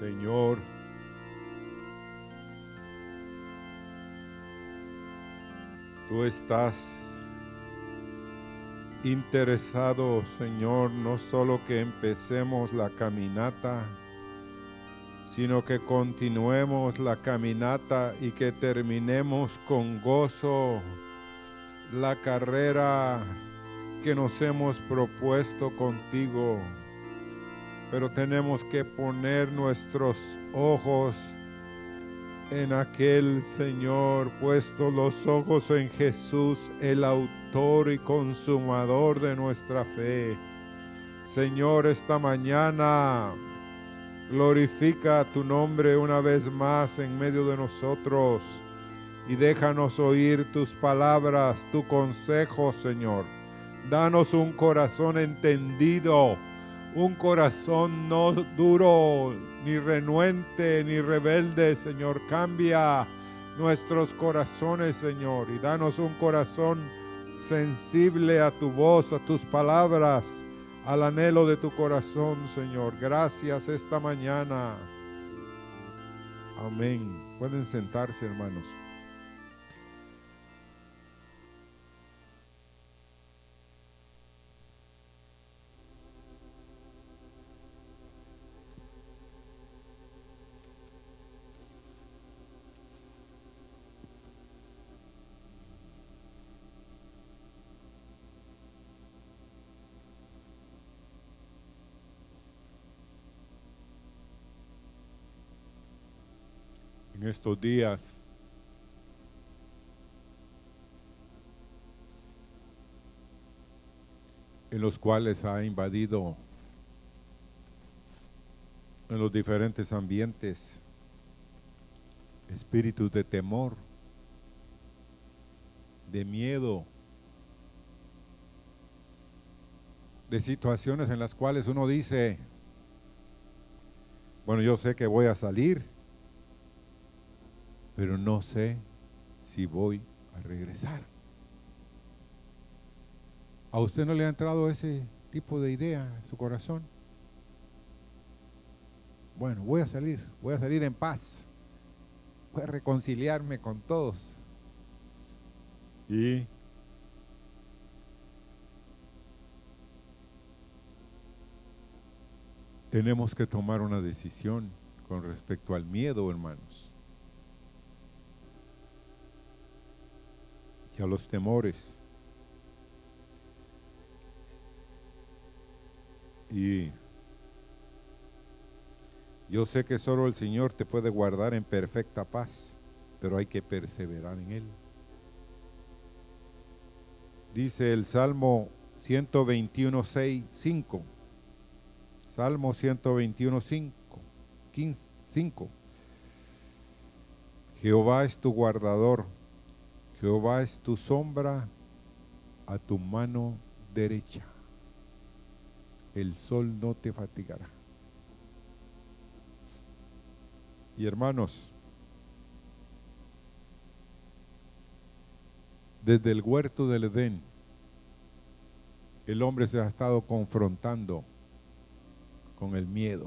Señor, tú estás interesado, Señor, no solo que empecemos la caminata, sino que continuemos la caminata y que terminemos con gozo la carrera que nos hemos propuesto contigo. Pero tenemos que poner nuestros ojos en aquel Señor, puesto los ojos en Jesús, el autor y consumador de nuestra fe. Señor, esta mañana glorifica tu nombre una vez más en medio de nosotros y déjanos oír tus palabras, tu consejo, Señor. Danos un corazón entendido, un corazón no duro, ni renuente, ni rebelde, Señor. Cambia nuestros corazones, Señor, y danos un corazón sensible a tu voz, a tus palabras, al anhelo de tu corazón, Señor. Gracias esta mañana. Amén. Pueden sentarse, hermanos. En estos días en los cuales ha invadido en los diferentes ambientes espíritus de temor, de miedo, de situaciones en las cuales uno dice, bueno, yo sé que voy a salir, pero no sé si voy a regresar. ¿A usted no le ha entrado ese tipo de idea en su corazón? Bueno, voy a salir en paz, voy a reconciliarme con todos. Y tenemos que tomar una decisión con respecto al miedo, hermanos, y a los temores. Y yo sé que solo el Señor te puede guardar en perfecta paz, pero hay que perseverar en Él. Dice el Salmo 121:5. Salmo 121:5. Jehová es tu guardador, Jehová es tu sombra a tu mano derecha. El sol no te fatigará. Y hermanos, desde el huerto del Edén, el hombre se ha estado confrontando con el miedo.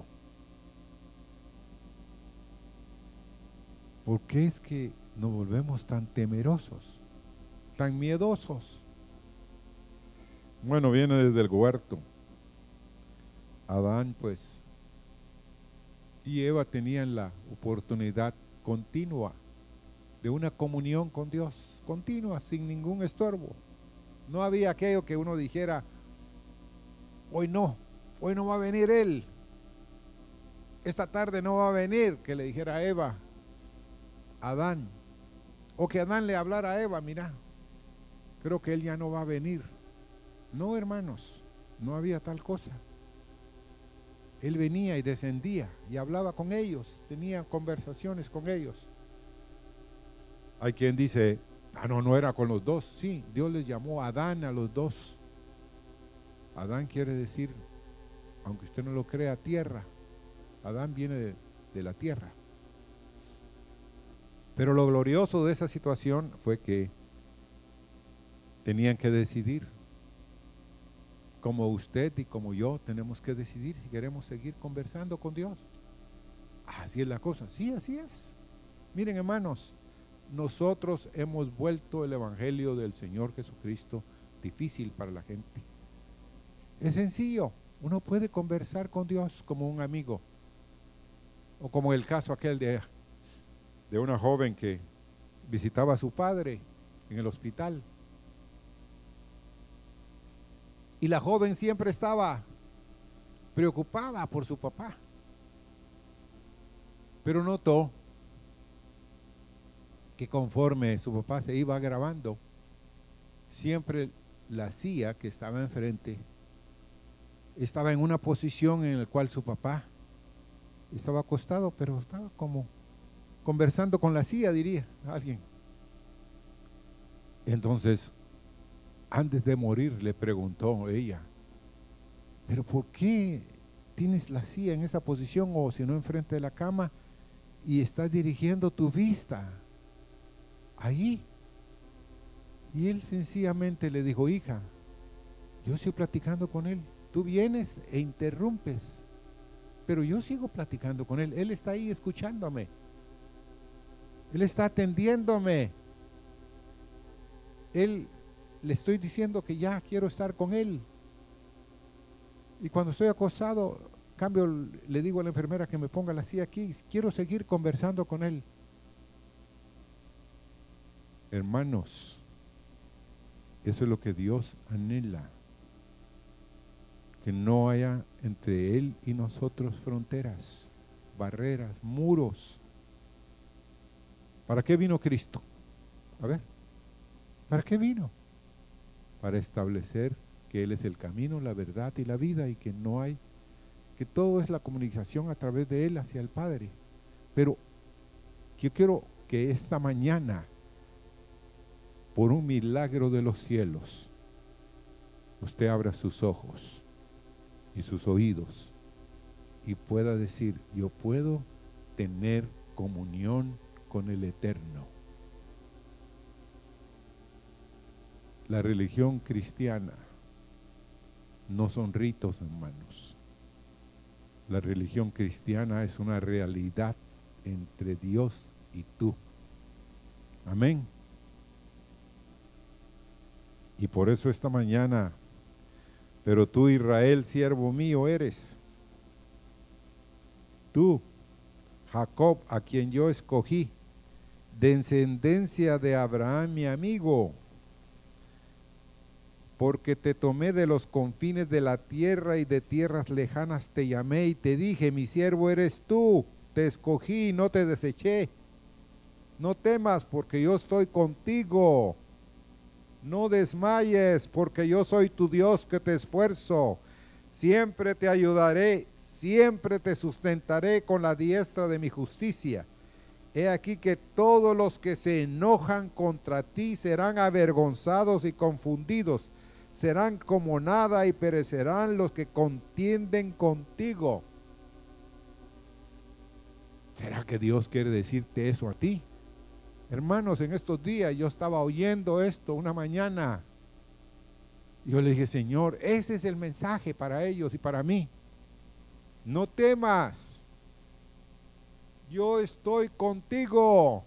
¿Por qué es que nos volvemos tan temerosos, tan miedosos? Bueno, viene desde el huerto. Adán, pues, y Eva tenían la oportunidad continua de una comunión con Dios, continua, sin ningún estorbo. No había aquello que uno dijera, hoy no va a venir él, esta tarde no va a venir, que le dijera a Eva, Adán, o que Adán le hablara a Eva, mira, creo que él ya no va a venir. No, hermanos, no había tal cosa. Él venía y descendía y hablaba con ellos, tenía conversaciones con ellos. Hay quien dice, no era con los dos. Sí, Dios les llamó Adán a los dos. Adán quiere decir, aunque usted no lo crea, tierra. Adán viene de la tierra. Pero lo glorioso de esa situación fue que tenían que decidir. Como usted y como yo tenemos que decidir si queremos seguir conversando con Dios. Así es la cosa. Sí, así es. Miren, hermanos, nosotros hemos vuelto el evangelio del Señor Jesucristo difícil para la gente. Es sencillo. Uno puede conversar con Dios como un amigo. O como el caso aquel de una joven que visitaba a su padre en el hospital. Y la joven siempre estaba preocupada por su papá. Pero notó que conforme su papá se iba agravando, siempre la silla que estaba enfrente estaba en una posición en la cual su papá estaba acostado, pero estaba como conversando con la silla, diría alguien. Entonces, antes de morir, le preguntó ella, ¿pero por qué tienes la silla en esa posición o si no enfrente de la cama y estás dirigiendo tu vista allí? Y él sencillamente le dijo, hija, yo estoy platicando con él, tú vienes e interrumpes, pero yo sigo platicando con él, él está ahí escuchándome, él está atendiéndome, él le estoy diciendo que ya quiero estar con él. Y cuando estoy acostado, cambio, le digo a la enfermera que me ponga la silla aquí, quiero seguir conversando con él. Hermanos, eso es lo que Dios anhela, que no haya entre Él y nosotros fronteras, barreras, muros. ¿Para qué vino Cristo? A ver, ¿para qué vino? Para establecer que Él es el camino, la verdad y la vida, y que no hay, que todo es la comunicación a través de Él hacia el Padre. Pero yo quiero que esta mañana, por un milagro de los cielos, usted abra sus ojos y sus oídos y pueda decir, yo puedo tener comunión con el Eterno. La religión cristiana no son ritos, hermanos. La religión cristiana es una realidad entre Dios y tú. Amén. Y por eso esta mañana, pero tú, Israel, siervo mío eres. Tú, Jacob, a quien yo escogí, descendencia de Abraham, mi amigo, porque te tomé de los confines de la tierra y de tierras lejanas te llamé y te dije, mi siervo eres tú, te escogí y no te deseché. No temas, porque yo estoy contigo. No desmayes, porque yo soy tu Dios que te esfuerzo. Siempre te ayudaré, siempre te sustentaré con la diestra de mi justicia. He aquí que todos los que se enojan contra ti serán avergonzados y confundidos. Serán como nada y perecerán los que contienden contigo. ¿Será que Dios quiere decirte eso a ti? Hermanos, en estos días yo estaba oyendo esto una mañana. Yo le dije, Señor, ese es el mensaje para ellos y para mí. No temas. Yo estoy contigo.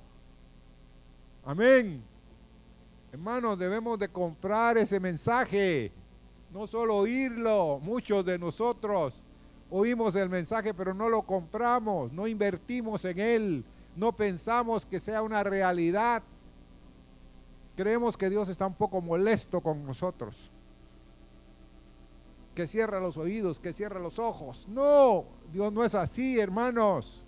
Amén. Hermanos, debemos de comprar ese mensaje. No solo oírlo. Muchos de nosotros oímos el mensaje, pero no lo compramos. No invertimos en él. No pensamos que sea una realidad. Creemos que Dios está un poco molesto con nosotros. Que cierra los oídos, que cierra los ojos. No, Dios no es así, hermanos.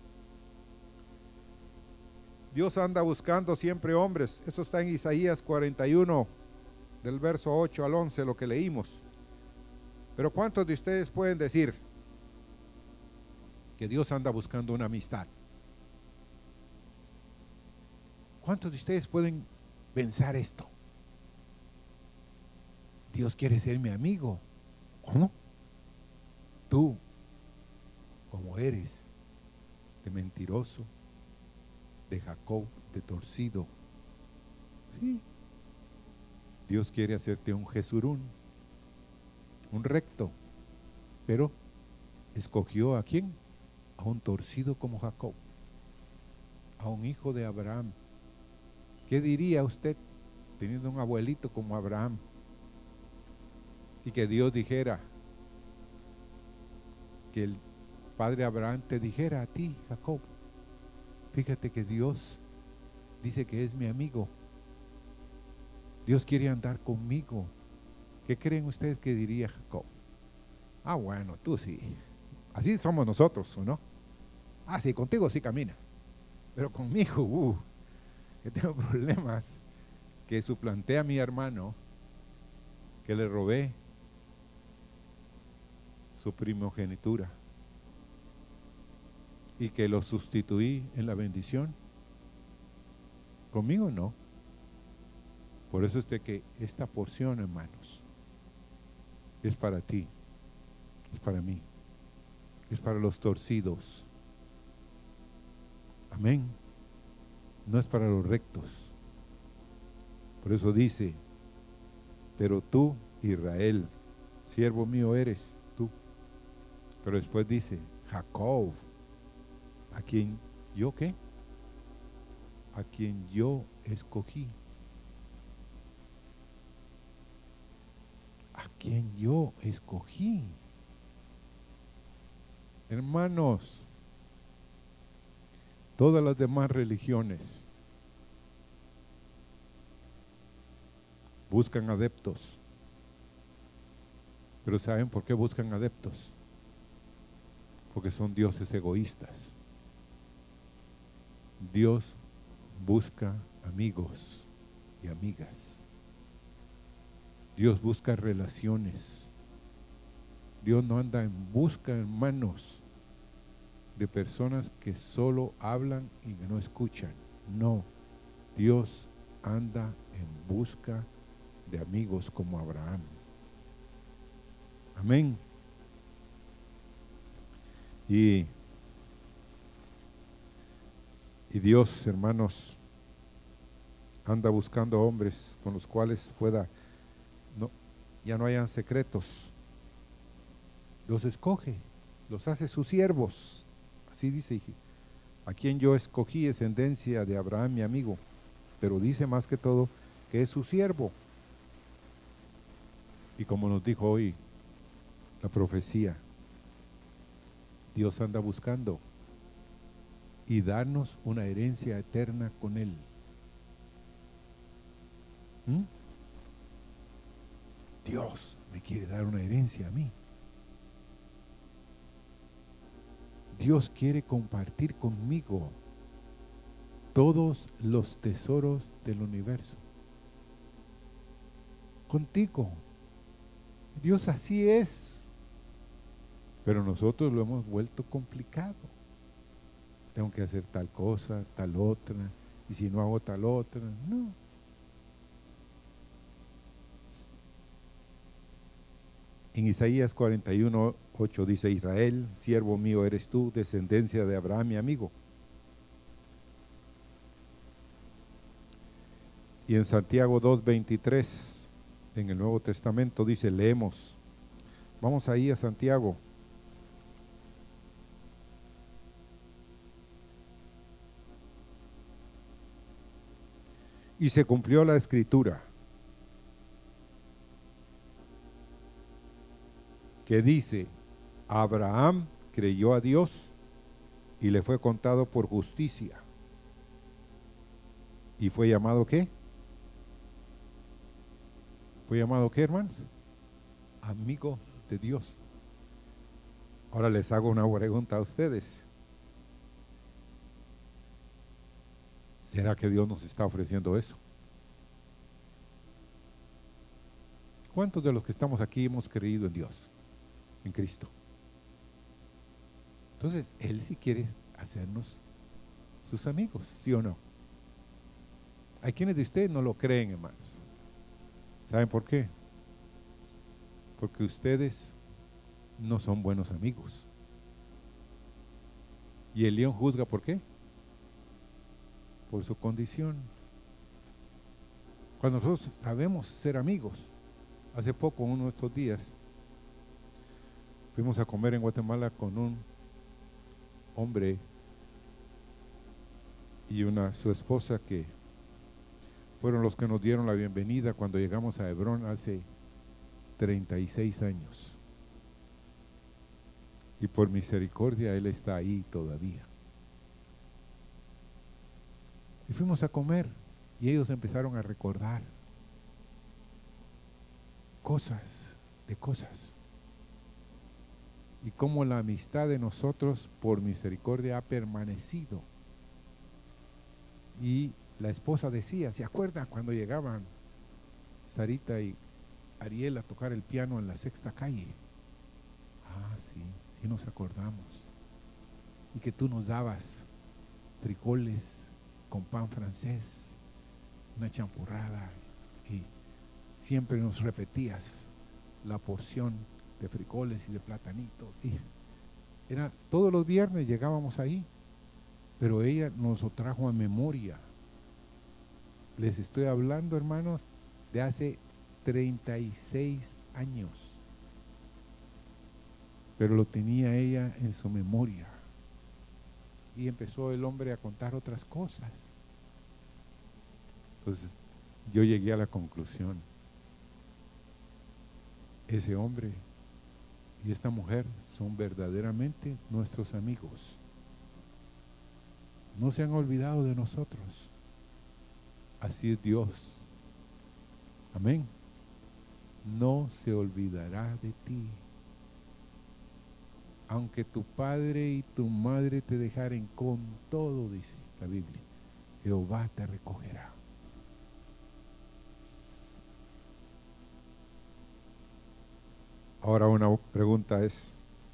Dios anda buscando siempre hombres. Eso está en Isaías 41, del verso 8 al 11, lo que leímos. Pero ¿cuántos de ustedes pueden decir que Dios anda buscando una amistad? ¿Cuántos de ustedes pueden pensar esto? Dios quiere ser mi amigo. ¿Cómo? Tú, como eres, de mentiroso, de Jacob, de torcido. Sí. Dios quiere hacerte un Jesurún, un recto, pero escogió ¿a quién? a un torcido como Jacob, a un hijo de Abraham. ¿Qué diría usted teniendo un abuelito como Abraham? Y que Dios dijera, que el padre Abraham te dijera a ti, Jacob, fíjate que Dios dice que es mi amigo. Dios quiere andar conmigo. ¿Qué creen ustedes que diría Jacob? Ah, bueno, tú sí. Así somos nosotros, ¿o no? Ah, sí, contigo sí camina. Pero conmigo, que tengo problemas, que suplanté a mi hermano, que le robé su primogenitura y que lo sustituí en la bendición. Conmigo no. Por eso es de que esta porción, hermanos, es para ti, es para mí, es para los torcidos. Amén. No es para los rectos. Por eso dice, pero tú, Israel, siervo mío eres tú. Pero después dice, Jacob, a quien yo ¿qué? A quien yo escogí. A quien yo escogí. Hermanos, todas las demás religiones buscan adeptos. Pero ¿saben por qué buscan adeptos? Porque son dioses egoístas. Dios busca amigos y amigas. Dios busca relaciones. Dios no anda en busca, hermanos, de personas que solo hablan y que no escuchan. No, Dios anda en busca de amigos como Abraham. Amén. Y Dios, hermanos, anda buscando hombres con los cuales ya no hayan secretos. Los escoge, los hace sus siervos. Así dice, a quien yo escogí, descendencia de Abraham, mi amigo. Pero dice más que todo que es su siervo. Y como nos dijo hoy la profecía, Dios anda buscando y darnos una herencia eterna con Él. Dios me quiere dar una herencia a mí. Dios quiere compartir conmigo todos los tesoros del universo. Contigo. Dios así es. Pero nosotros lo hemos vuelto complicado. Tengo que hacer tal cosa, tal otra, y si no hago tal otra, no. En Isaías 41:8 dice, Israel, siervo mío eres tú, descendencia de Abraham, mi amigo. Y en Santiago 2:23, en el Nuevo Testamento dice, leemos, vamos ahí a Santiago. Y se cumplió la escritura que dice, Abraham creyó a Dios y le fue contado por justicia. ¿Y fue llamado qué? ¿Fue llamado qué, hermanos? Amigo de Dios. Ahora les hago una pregunta a ustedes. ¿Será que Dios nos está ofreciendo eso? ¿Cuántos de los que estamos aquí hemos creído en Dios, en Cristo? Entonces, Él sí quiere hacernos sus amigos, ¿sí o no? Hay quienes de ustedes no lo creen, hermanos. ¿Saben por qué? Porque ustedes no son buenos amigos. ¿Y el león juzga por qué? Por su condición. Cuando nosotros sabemos ser amigos, hace poco, uno de estos días, fuimos a comer en Guatemala con un hombre y su esposa, que fueron los que nos dieron la bienvenida cuando llegamos a Hebrón hace 36 años. Y por misericordia Él está ahí todavía. Y fuimos a comer y ellos empezaron a recordar cosas. Y cómo la amistad de nosotros por misericordia ha permanecido. Y la esposa decía, ¿se acuerdan cuando llegaban Sarita y Ariel a tocar el piano en la Sexta Calle? Ah, sí nos acordamos. Y que tú nos dabas frijoles con pan francés, una champurrada, y siempre nos repetías la porción de frijoles y de platanitos. Y era todos los viernes llegábamos ahí, pero ella nos lo trajo a memoria. Les estoy hablando, hermanos, de hace 36 años. Pero lo tenía ella en su memoria. Y empezó el hombre a contar otras cosas. Entonces yo llegué a la conclusión: ese hombre y esta mujer son verdaderamente nuestros amigos. No se han olvidado de nosotros. Así es Dios. Amén. No se olvidará de ti. Aunque tu padre y tu madre te dejaren, con todo, dice la Biblia, Jehová te recogerá. Ahora una pregunta es: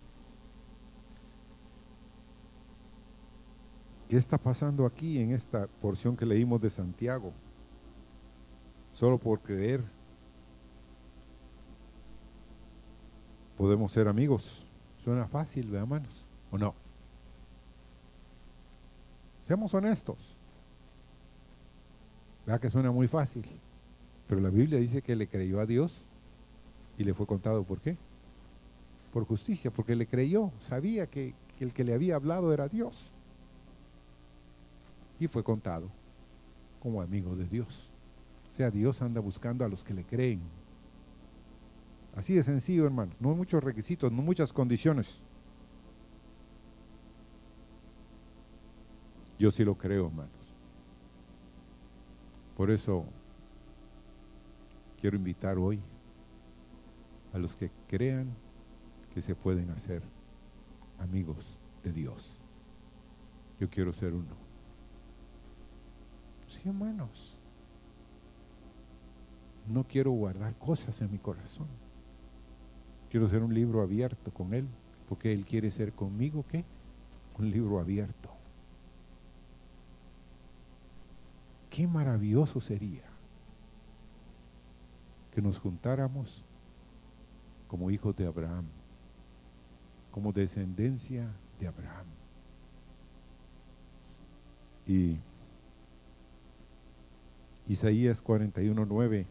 ¿qué está pasando aquí en esta porción que leímos de Santiago? Solo por creer podemos ser amigos. Suena fácil, ¿verdad, hermanos? ¿O no? Seamos honestos. ¿Verdad que suena muy fácil? Pero la Biblia dice que le creyó a Dios y le fue contado. ¿Por qué? Por justicia, porque le creyó. Sabía que el que le había hablado era Dios. Y fue contado como amigo de Dios. O sea, Dios anda buscando a los que le creen. Así de sencillo, hermano. No hay muchos requisitos, no muchas condiciones. Yo sí lo creo, hermanos. Por eso quiero invitar hoy a los que crean que se pueden hacer amigos de Dios. Yo quiero ser uno. Sí, hermanos. No quiero guardar cosas en mi corazón. Quiero ser un libro abierto con Él, porque Él quiere ser conmigo, ¿qué? Un libro abierto. Qué maravilloso sería que nos juntáramos como hijos de Abraham, como descendencia de Abraham. Y Isaías 41:9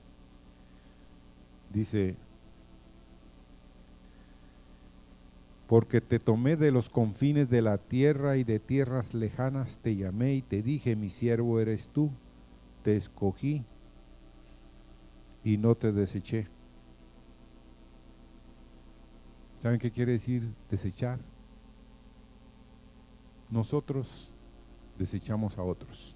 dice: porque te tomé de los confines de la tierra y de tierras lejanas te llamé y te dije, mi siervo eres tú, te escogí y no te deseché. ¿Saben qué quiere decir desechar? Nosotros desechamos a otros.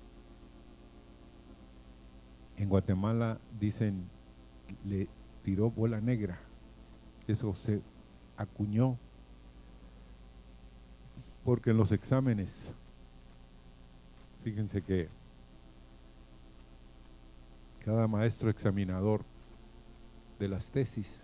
En Guatemala dicen, le tiró bola negra. Eso se acuñó porque en los exámenes, fíjense que cada maestro examinador de las tesis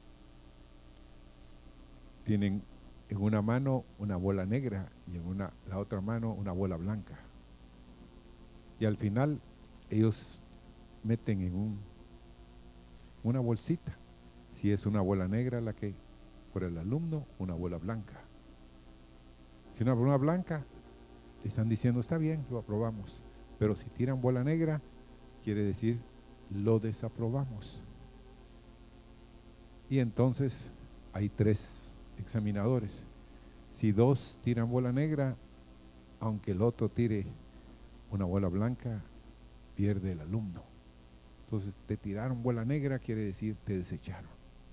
tienen en una mano una bola negra y en la otra mano una bola blanca. Y al final ellos meten en una bolsita, si es una bola negra la que por el alumno, una bola blanca. Si una bola blanca, están diciendo está bien, lo aprobamos, pero si tiran bola negra, quiere decir lo desaprobamos. Y entonces hay 3 examinadores. Si dos tiran bola negra, aunque el otro tire una bola blanca, pierde el alumno. Entonces, te tiraron bola negra, quiere decir te desecharon.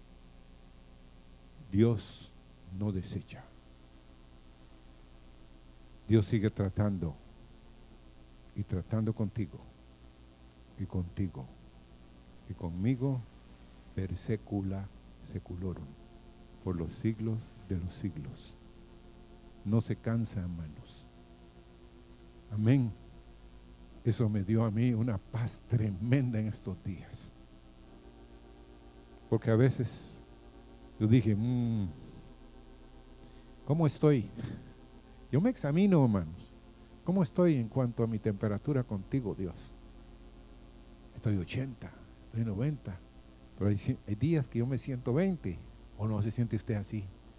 Dios no desecha. Dios sigue tratando y tratando contigo y contigo y conmigo per secula seculorum, por los siglos de los siglos. No se cansa, hermanos. Amén. Eso me dio a mí una paz tremenda en estos días. Porque a veces yo dije, ¿cómo estoy? Yo me examino, hermanos. ¿Cómo estoy en cuanto a mi temperatura contigo, Dios? Estoy 80, estoy 90. Pero hay días que yo me siento 20. ¿O no se siente usted así?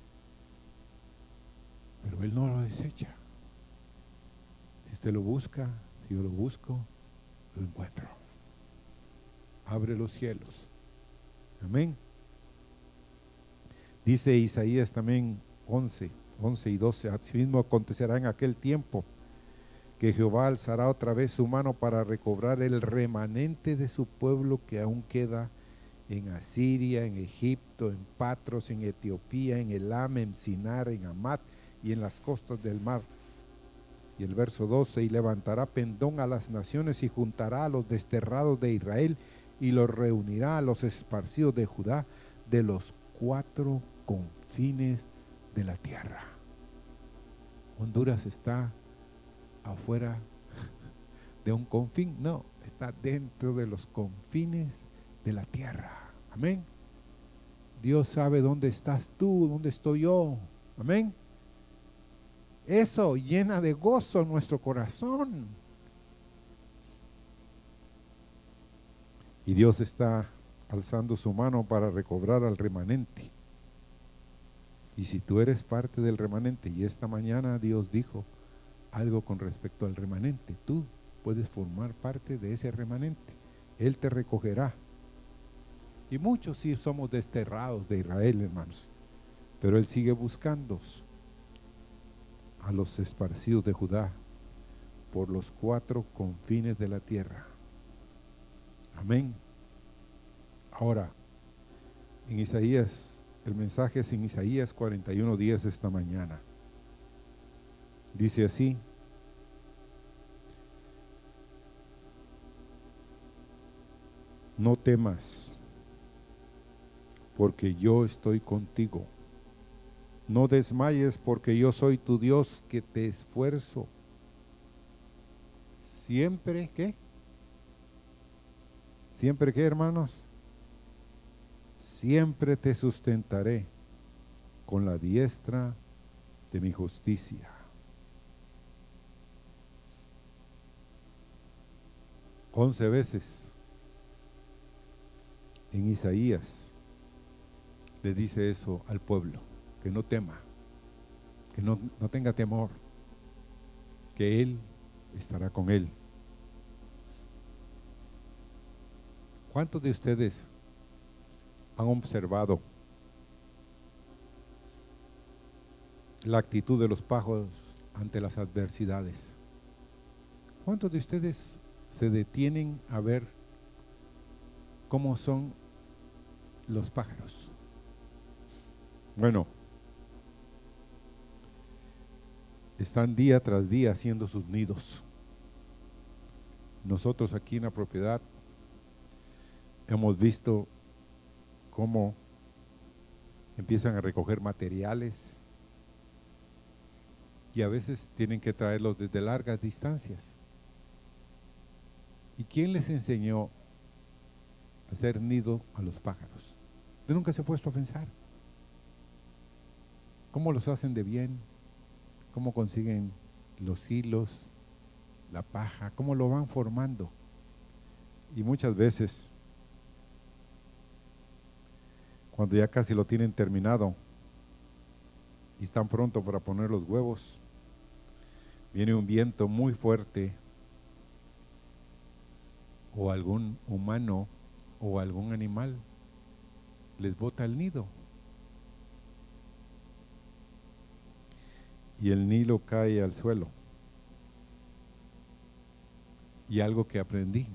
Pero Él no lo desecha. Si usted lo busca, si yo lo busco, lo encuentro. Abre los cielos. Amén. Dice Isaías también 11 y 12. Asimismo acontecerá en aquel tiempo que Jehová alzará otra vez su mano para recobrar el remanente de su pueblo que aún queda en Asiria, en Egipto, en Patros, en Etiopía, en Elam, en Sinar, en Hamat y en las costas del mar. Y el verso 12, y levantará pendón a las naciones y juntará a los desterrados de Israel y los reunirá a los esparcidos de Judá de los 4 confines de la tierra. Honduras está afuera de un confín, no, está dentro de los confines de la tierra. Amén. Dios sabe dónde estás tú, dónde estoy yo. Amén. Eso llena de gozo nuestro corazón. Y Dios está alzando su mano para recobrar al remanente. Y si tú eres parte del remanente, y esta mañana Dios dijo algo con respecto al remanente, tú puedes formar parte de ese remanente. Él te recogerá. Y muchos sí somos desterrados de Israel, hermanos, pero Él sigue buscando a los esparcidos de Judá por los 4 confines de la tierra. Amén. Ahora, en Isaías, el mensaje es en Isaías 41:10 esta mañana. Dice así: no temas, porque yo estoy contigo. No desmayes, porque yo soy tu Dios que te esfuerzo. Siempre, ¿qué? ¿Siempre qué, hermanos? Siempre te sustentaré con la diestra de mi justicia. 11 veces en Isaías le dice eso al pueblo, que no tema, que no tenga temor, que Él estará con él. ¿Cuántos de ustedes han observado la actitud de los pájaros ante las adversidades? ¿Cuántos de ustedes se detienen a ver cómo son los pájaros? Bueno, están día tras día haciendo sus nidos. Nosotros aquí en la propiedad hemos visto cómo empiezan a recoger materiales y a veces tienen que traerlos desde largas distancias. ¿Y quién les enseñó a hacer nido a los pájaros? Usted nunca se ha puesto a pensar cómo los hacen de bien, cómo consiguen los hilos, la paja, cómo lo van formando. Y muchas veces, cuando ya casi lo tienen terminado y están pronto para poner los huevos, viene un viento muy fuerte o algún humano o algún animal les bota el nido. y el Nilo cae al suelo. Y algo que aprendí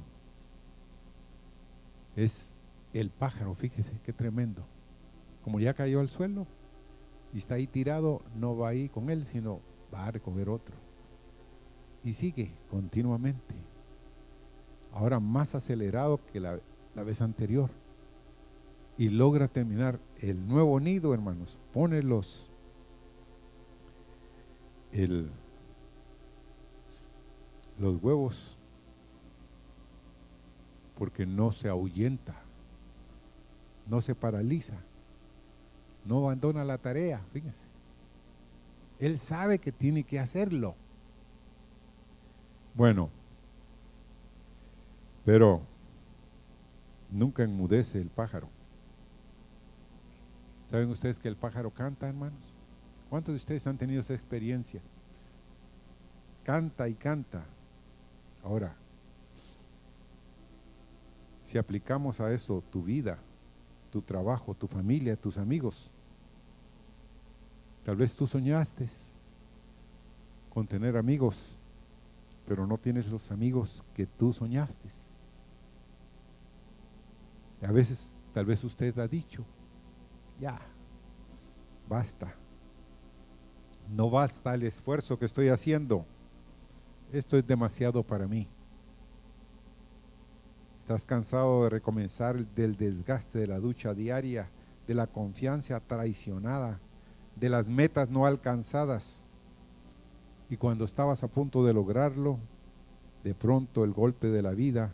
es el pájaro, fíjese qué tremendo. Como ya cayó al suelo y está ahí tirado, no va ahí con él, sino va a recoger otro. Y sigue continuamente. Ahora más acelerado que la vez anterior. Y logra terminar el nuevo nido, hermanos. Pone los huevos, porque no se ahuyenta, no se paraliza, no abandona la tarea, fíjense. Él sabe que tiene que hacerlo. Bueno, pero nunca enmudece el pájaro. ¿Saben ustedes que el pájaro canta, hermanos? ¿Cuántos de ustedes han tenido esa experiencia? Canta y canta. Ahora, si aplicamos a eso tu vida, tu trabajo, tu familia, tus amigos, tal vez tú soñaste con tener amigos, pero no tienes los amigos que tú soñaste. A veces, tal vez usted ha dicho, ya, basta, no basta el esfuerzo que estoy haciendo, esto es demasiado para mí. Estás cansado de recomenzar del desgaste de la ducha diaria, de la confianza traicionada, de las metas no alcanzadas. Y cuando estabas a punto de lograrlo, de pronto el golpe de la vida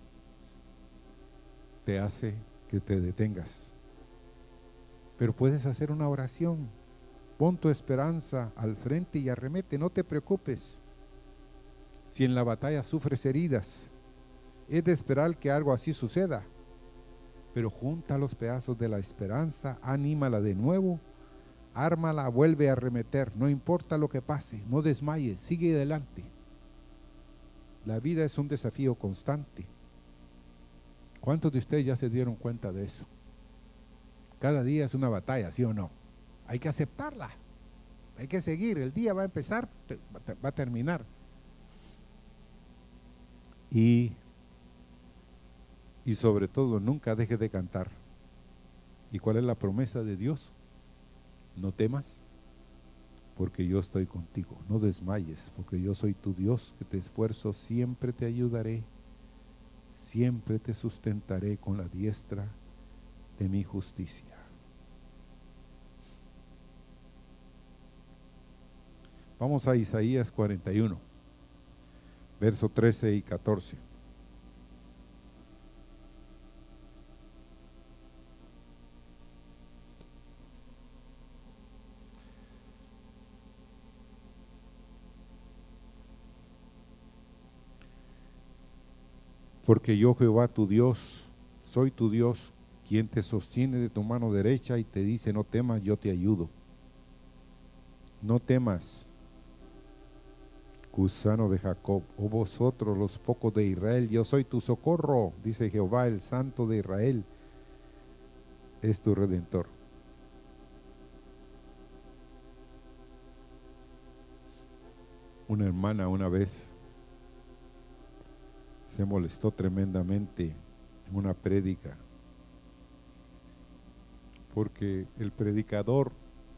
te hace que te detengas. Pero puedes hacer una oración. Pon tu esperanza al frente y arremete, no te preocupes. Si en la batalla sufres heridas, es de esperar que algo así suceda. Pero junta los pedazos de la esperanza, anímala de nuevo, ármala, vuelve a arremeter. No importa lo que pase, no desmayes, sigue adelante. La vida es un desafío constante. ¿Cuántos de ustedes ya se dieron cuenta de eso? Cada día es una batalla, ¿sí o no? Hay que aceptarla, hay que seguir. El día va a empezar, va a terminar. Y sobre todo, nunca dejes de cantar. ¿Y cuál es la promesa de Dios? No temas, porque yo estoy contigo. No desmayes, porque yo soy tu Dios, que te esfuerzo, siempre te ayudaré, siempre te sustentaré con la diestra de mi justicia. Vamos a Isaías 41, verso 13 y 14. Porque yo, Jehová tu Dios, soy tu Dios, quien te sostiene de tu mano derecha y te dice, no temas, yo te ayudo. No temas, gusano de Jacob, oh vosotros los pocos de Israel, yo soy tu socorro, dice Jehová, el Santo de Israel, es tu Redentor. Una hermana una vez se molestó tremendamente en una prédica porque el predicador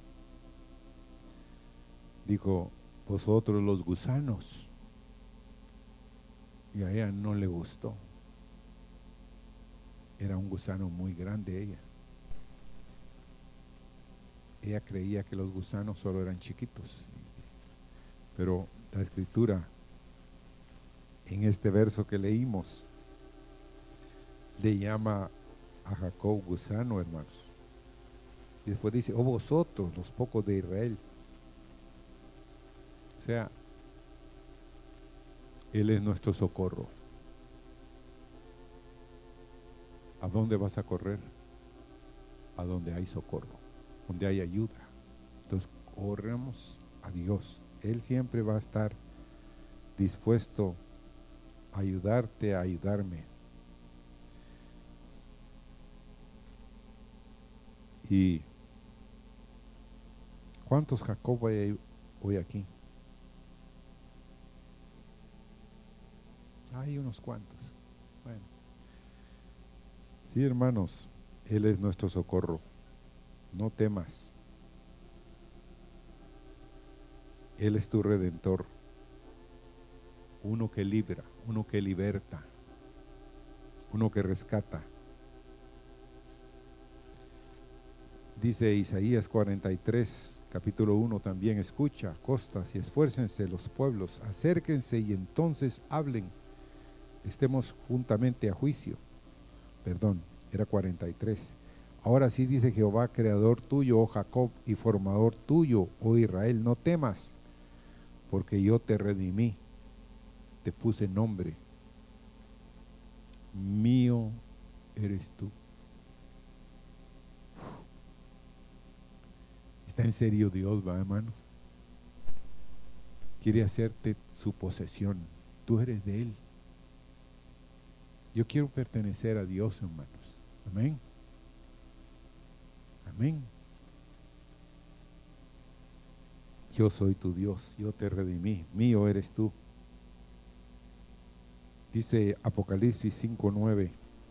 dijo, vosotros los gusanos, y a ella no le gustó. Era un gusano muy grande ella creía que los gusanos solo eran chiquitos, pero la escritura en este verso que leímos le llama a Jacob gusano, hermanos, y después dice, oh vosotros los pocos de Israel. O sea, Él es nuestro socorro. ¿A dónde vas a correr? A donde hay socorro, donde hay ayuda. Entonces, corremos a Dios. Él siempre va a estar dispuesto a ayudarte, a ayudarme. ¿Y cuántos Jacob hoy aquí? Hay unos cuantos. Bueno, sí, hermanos, Él es nuestro socorro. No temas. Él es tu redentor. Uno que libra, uno que liberta, uno que rescata. Dice Isaías 43, capítulo 1 también: escucha, costas, y esfuércense los pueblos, acérquense y entonces hablen, estemos juntamente a juicio. Perdón, era 43. Ahora sí dice Jehová, creador tuyo, oh Jacob, y formador tuyo, oh Israel, no temas, porque yo te redimí, te puse nombre, mío eres tú. ¿Está en serio Dios, va, hermanos? Quiere hacerte su posesión. Tú eres de Él. Yo quiero pertenecer a Dios, hermanos. Amén. Amén. Yo soy tu Dios, yo te redimí, mío eres tú. Dice Apocalipsis 5:9.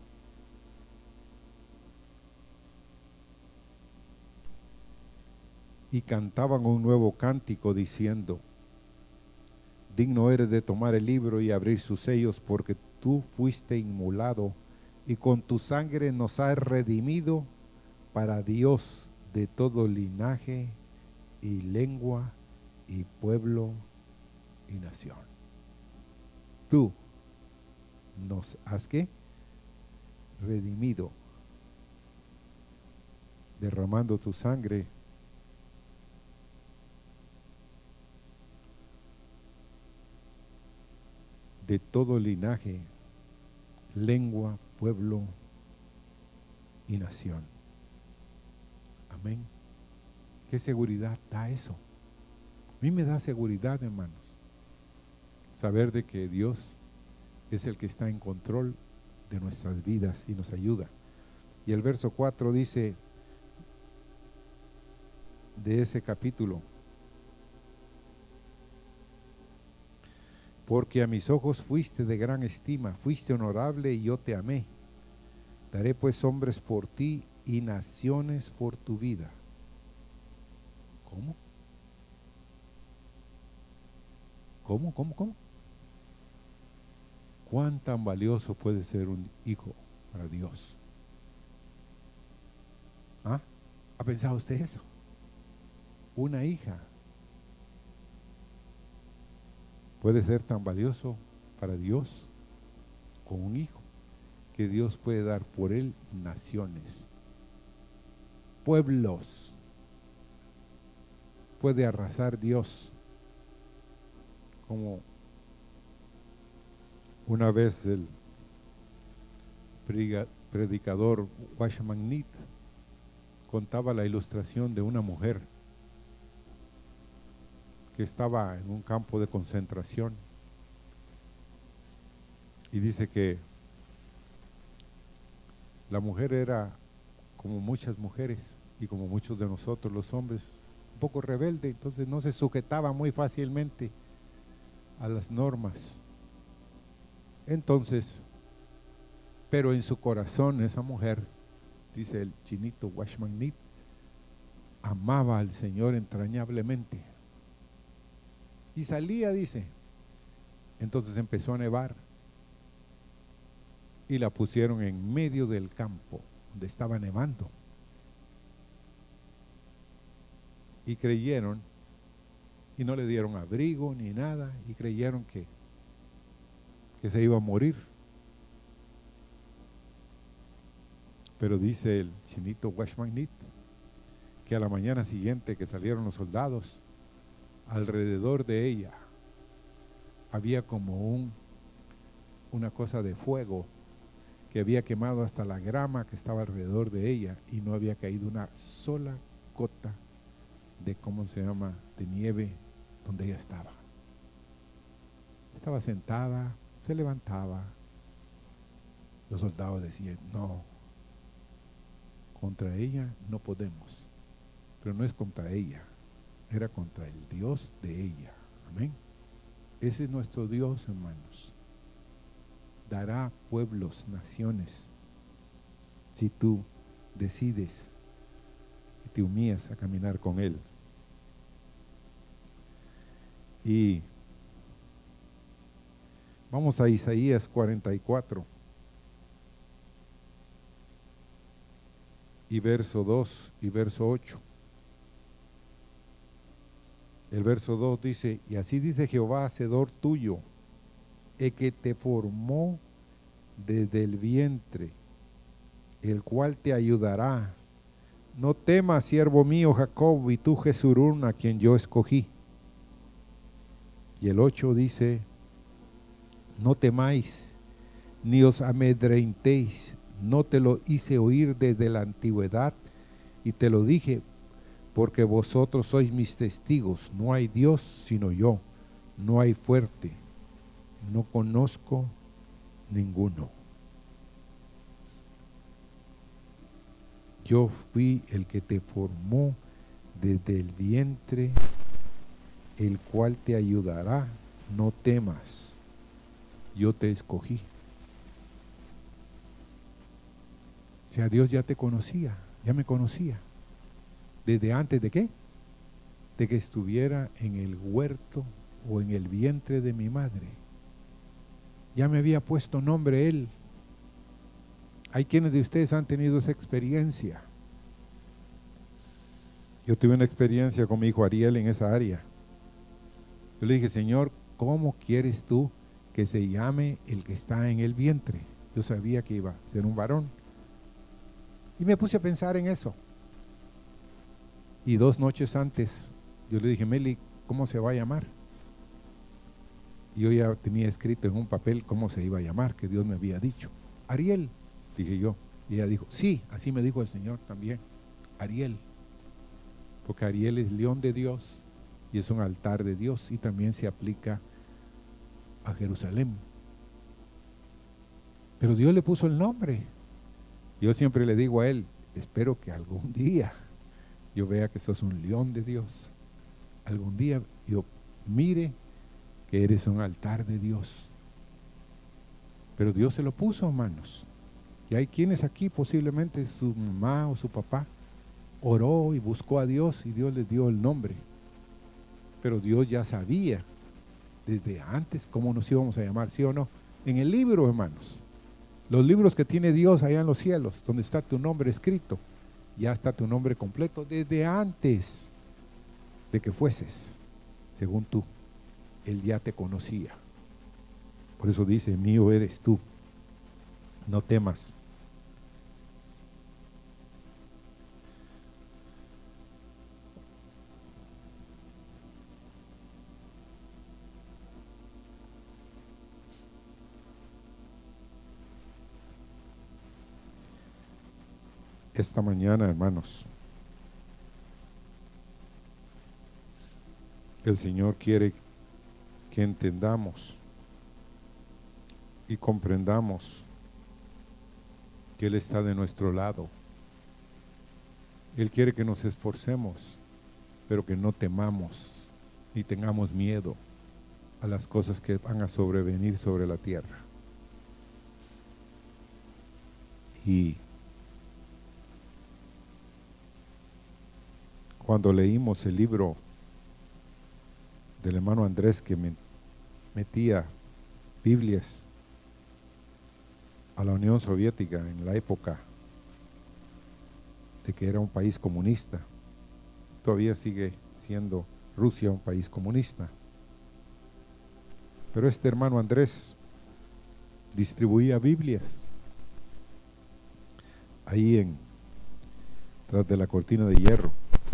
Y cantaban un nuevo cántico diciendo: digno eres de tomar el libro y abrir sus sellos, porque tú fuiste inmolado y con tu sangre nos has redimido para Dios de todo linaje y lengua y pueblo y nación. Tú nos has ¿qué? Redimido, derramando tu sangre de todo linaje, lengua, pueblo y nación. Amén. ¿Qué seguridad da eso? A mí me da seguridad, hermanos, saber de que Dios es el que está en control de nuestras vidas y nos ayuda. Y el verso 4 dice de ese capítulo: porque a mis ojos fuiste de gran estima, fuiste honorable y yo te amé. Daré pues hombres por ti y naciones por tu vida. ¿Cómo? ¿Cómo? ¿Cuán tan valioso puede ser un hijo para Dios? ¿Ah? ¿Ha pensado usted eso? Una hija puede ser tan valioso para Dios como un hijo, que Dios puede dar por él naciones, pueblos. Puede arrasar Dios. Como una vez el predicador Washman Need contaba la ilustración de una mujer que estaba en un campo de concentración, y dice que la mujer era como muchas mujeres y como muchos de nosotros los hombres, un poco rebelde, entonces no se sujetaba muy fácilmente a las normas. Entonces, pero en su corazón esa mujer, dice el chinito Washman Need, amaba al Señor entrañablemente. Y salía, dice. Entonces empezó a nevar y la pusieron en medio del campo donde estaba nevando. Y creyeron, y no le dieron abrigo ni nada, y creyeron que se iba a morir. Pero dice el chinito Washman Need que a la mañana siguiente que salieron los soldados, alrededor de ella había como una cosa de fuego que había quemado hasta la grama que estaba alrededor de ella, y no había caído una sola gota de de nieve donde ella estaba. Estaba sentada, se levantaba. Los soldados decían: no, contra ella no podemos. Pero no es contra ella, era contra el Dios de ella. Amén. Ese es nuestro Dios, hermanos. Dará pueblos, naciones, si tú decides y te humillas a caminar con Él. Y vamos a Isaías 44 y verso 2 y verso 8. El verso 2 dice: y así dice Jehová, hacedor tuyo, el que te formó desde el vientre, el cual te ayudará. No temas, siervo mío Jacob, y tú Jesurún, a quien yo escogí. Y el 8 dice: no temáis, ni os amedrentéis, no te lo hice oír desde la antigüedad, y te lo dije, porque vosotros sois mis testigos. No hay Dios sino yo, no hay fuerte, no conozco ninguno. Yo fui el que te formó desde el vientre, el cual te ayudará. No temas, yo te escogí. O sea, Dios ya te conocía, ya me conocía. ¿Desde antes de qué? De que estuviera en el huerto o en el vientre de mi madre. Ya me había puesto nombre Él. Hay quienes de ustedes han tenido esa experiencia. Yo tuve una experiencia con mi hijo Ariel en esa área. Yo le dije: Señor, ¿cómo quieres tú que se llame el que está en el vientre? Yo sabía que iba a ser un varón. Y me puse a pensar en eso. Y 2 noches antes, yo le dije: Meli, ¿cómo se va a llamar? Y yo ya tenía escrito en un papel cómo se iba a llamar, que Dios me había dicho. Ariel, dije yo. Y ella dijo: sí, así me dijo el Señor también. Ariel. Porque Ariel es león de Dios y es un altar de Dios, y también se aplica a Jerusalén. Pero Dios le puso el nombre. Yo siempre le digo a él: espero que algún día yo vea que sos un león de Dios. Algún día yo mire que eres un altar de Dios. Pero Dios se lo puso, hermanos. Y hay quienes aquí, posiblemente su mamá o su papá, oró y buscó a Dios y Dios les dio el nombre. Pero Dios ya sabía desde antes cómo nos íbamos a llamar, ¿sí o no? En el libro, hermanos, los libros que tiene Dios allá en los cielos, donde está tu nombre escrito, ya está tu nombre completo desde antes de que fueses, según tú. Él ya te conocía. Por eso dice: mío eres tú, no temas. Esta mañana, hermanos, el Señor quiere que entendamos y comprendamos que Él está de nuestro lado. Él quiere que nos esforcemos, pero que no temamos ni tengamos miedo a las cosas que van a sobrevenir sobre la tierra. Y cuando leímos el libro del hermano Andrés, que metía Biblias a la Unión Soviética en la época de que era un país comunista, todavía sigue siendo Rusia un país comunista, pero este hermano Andrés distribuía Biblias ahí tras de la cortina de hierro,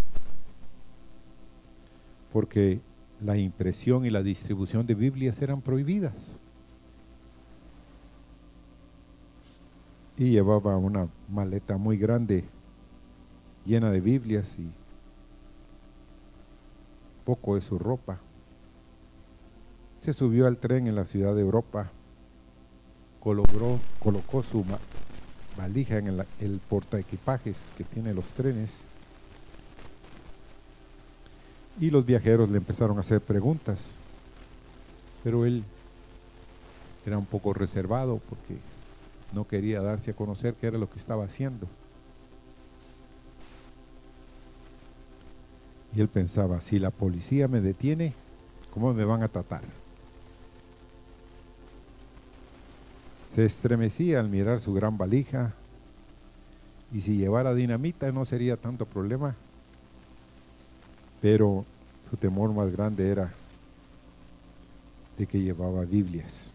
porque la impresión y la distribución de Biblias eran prohibidas. Y llevaba una maleta muy grande llena de Biblias y poco de su ropa. Se subió al tren en la ciudad de Europa, colocó su valija en el portaequipajes que tiene los trenes Y los viajeros le empezaron a hacer preguntas, pero él era un poco reservado porque no quería darse a conocer qué era lo que estaba haciendo. Y él pensaba, si la policía me detiene, ¿cómo me van a tratar? Se estremecía al mirar su gran valija, y si llevara dinamita no sería tanto problema, pero su temor más grande era de que llevaba Biblias.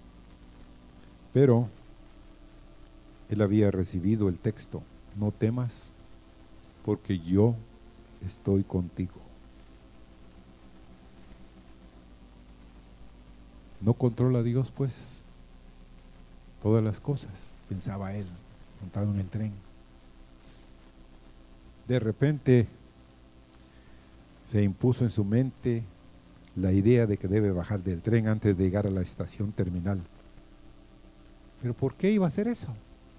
Pero él había recibido el texto, no temas, porque yo estoy contigo. ¿No controla Dios, pues, todas las cosas? Pensaba él, montado en el tren. De repente se impuso en su mente la idea de que debe bajar del tren antes de llegar a la estación terminal. ¿Pero por qué iba a hacer eso?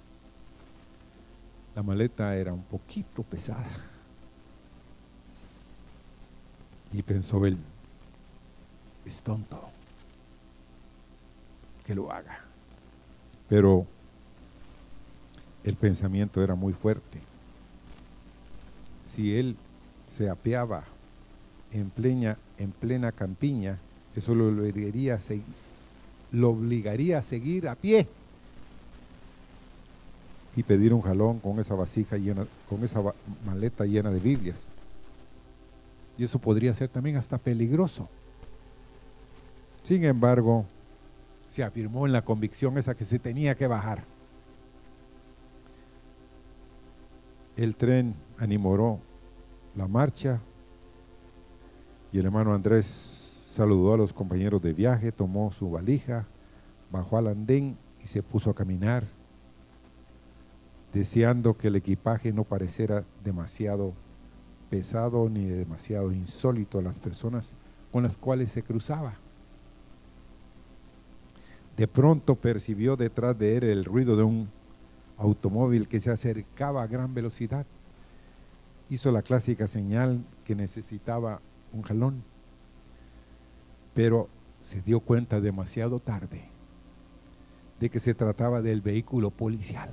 La maleta era un poquito pesada. Y pensó él, es tonto que lo haga. Pero el pensamiento era muy fuerte. Si él se apeaba en plena campiña, eso lo obligaría a seguir a pie y pedir un jalón con esa vasija llena, con esa maleta llena de Biblias. Y eso podría ser también hasta peligroso. Sin embargo, se afirmó en la convicción esa que se tenía que bajar. El tren animó la marcha y el hermano Andrés saludó a los compañeros de viaje, tomó su valija, bajó al andén y se puso a caminar, deseando que el equipaje no pareciera demasiado pesado ni demasiado insólito a las personas con las cuales se cruzaba. De pronto percibió detrás de él el ruido de un automóvil que se acercaba a gran velocidad. Hizo la clásica señal que necesitaba un jalón, pero se dio cuenta demasiado tarde de que se trataba del vehículo policial.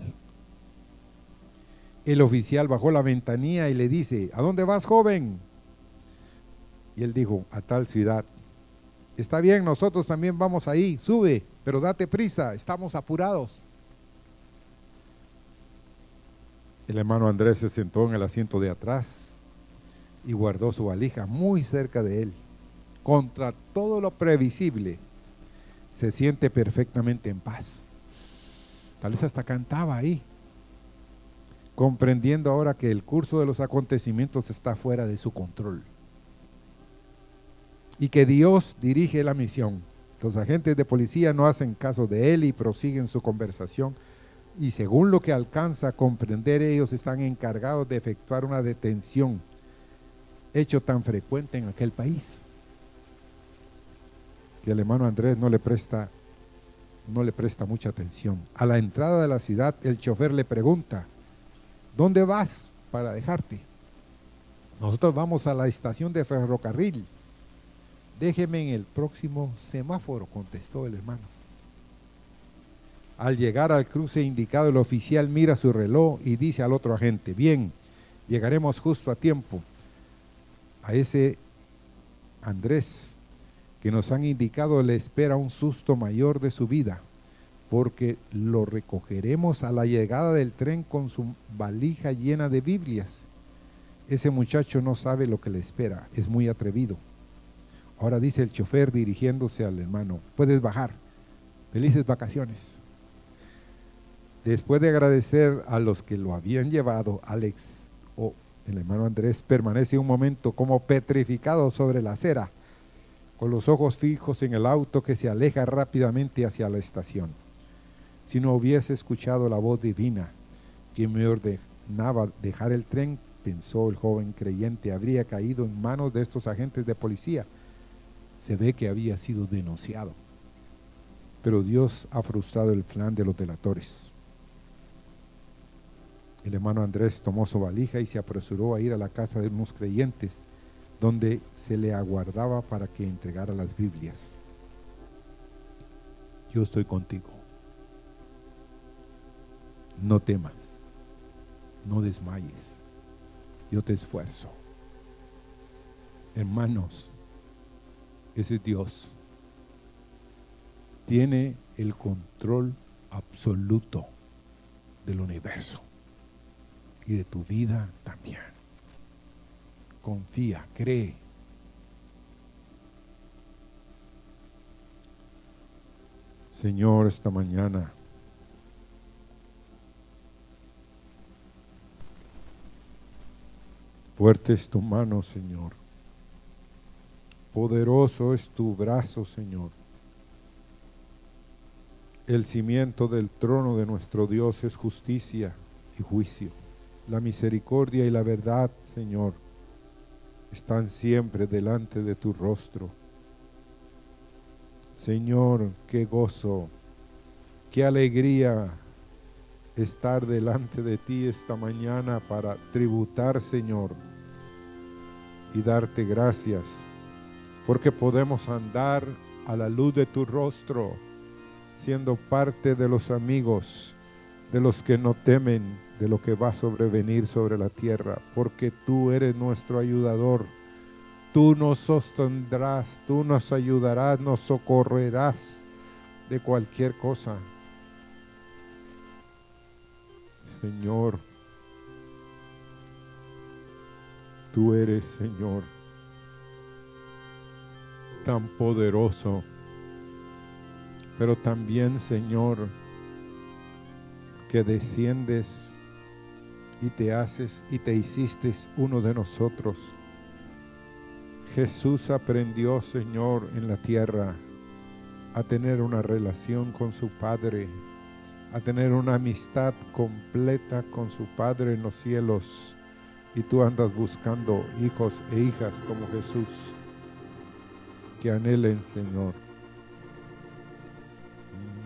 El oficial bajó la ventanilla y le dice, ¿a dónde vas, joven? Y él dijo, a tal ciudad. Está bien, nosotros también vamos ahí, sube, pero date prisa, estamos apurados. El hermano Andrés se sentó en el asiento de atrás y guardó su valija muy cerca de él. Contra todo lo previsible, se siente perfectamente en paz. Tal vez hasta cantaba ahí, comprendiendo ahora que el curso de los acontecimientos está fuera de su control y que Dios dirige la misión. Los agentes de policía no hacen caso de él y prosiguen su conversación, y según lo que alcanza a comprender, ellos están encargados de efectuar una detención, hecho tan frecuente en aquel país que el hermano Andrés no le presta mucha atención. A la entrada de la ciudad, el chofer le pregunta, ¿dónde vas para dejarte? Nosotros vamos a la estación de ferrocarril. Déjeme en el próximo semáforo, contestó el hermano. Al llegar al cruce indicado, el oficial mira su reloj y dice al otro agente, bien, llegaremos justo a tiempo. A ese Andrés que nos han indicado le espera un susto mayor de su vida, porque lo recogeremos a la llegada del tren con su valija llena de Biblias. Ese muchacho no sabe lo que le espera, es muy atrevido. Ahora dice el chofer dirigiéndose al hermano, puedes bajar, felices vacaciones. Después de agradecer a los que lo habían llevado, el hermano Andrés permanece un momento como petrificado sobre la acera, con los ojos fijos en el auto que se aleja rápidamente hacia la estación. Si no hubiese escuchado la voz divina que me ordenaba dejar el tren, pensó el joven creyente, habría caído en manos de estos agentes de policía. Se ve que había sido denunciado. Pero Dios ha frustrado el plan de los delatores. El hermano Andrés tomó su valija y se apresuró a ir a la casa de unos creyentes donde se le aguardaba para que entregara las Biblias. Yo estoy contigo. No temas, no desmayes, yo te esfuerzo. Hermanos, ese Dios tiene el control absoluto del universo y de tu vida también. Confía, cree. Señor, esta mañana fuerte es tu mano, Señor. Poderoso es tu brazo, Señor. El cimiento del trono de nuestro Dios es justicia y juicio. La misericordia y la verdad, Señor, están siempre delante de tu rostro. Señor, qué gozo, qué alegría estar delante de ti esta mañana para tributar, Señor, y darte gracias, porque podemos andar a la luz de tu rostro, siendo parte de los amigos, de los que no temen de lo que va a sobrevenir sobre la tierra, porque tú eres nuestro ayudador. Tú nos sostendrás, tú nos ayudarás, nos socorrerás de cualquier cosa. Señor, tú eres, Señor, tan poderoso, pero también, Señor, que desciendes y te haces y te hiciste uno de nosotros. Jesús aprendió, Señor, en la tierra a tener una relación con su Padre, a tener una amistad completa con su Padre en los cielos. Y tú andas buscando hijos e hijas como Jesús, que anhelen, Señor,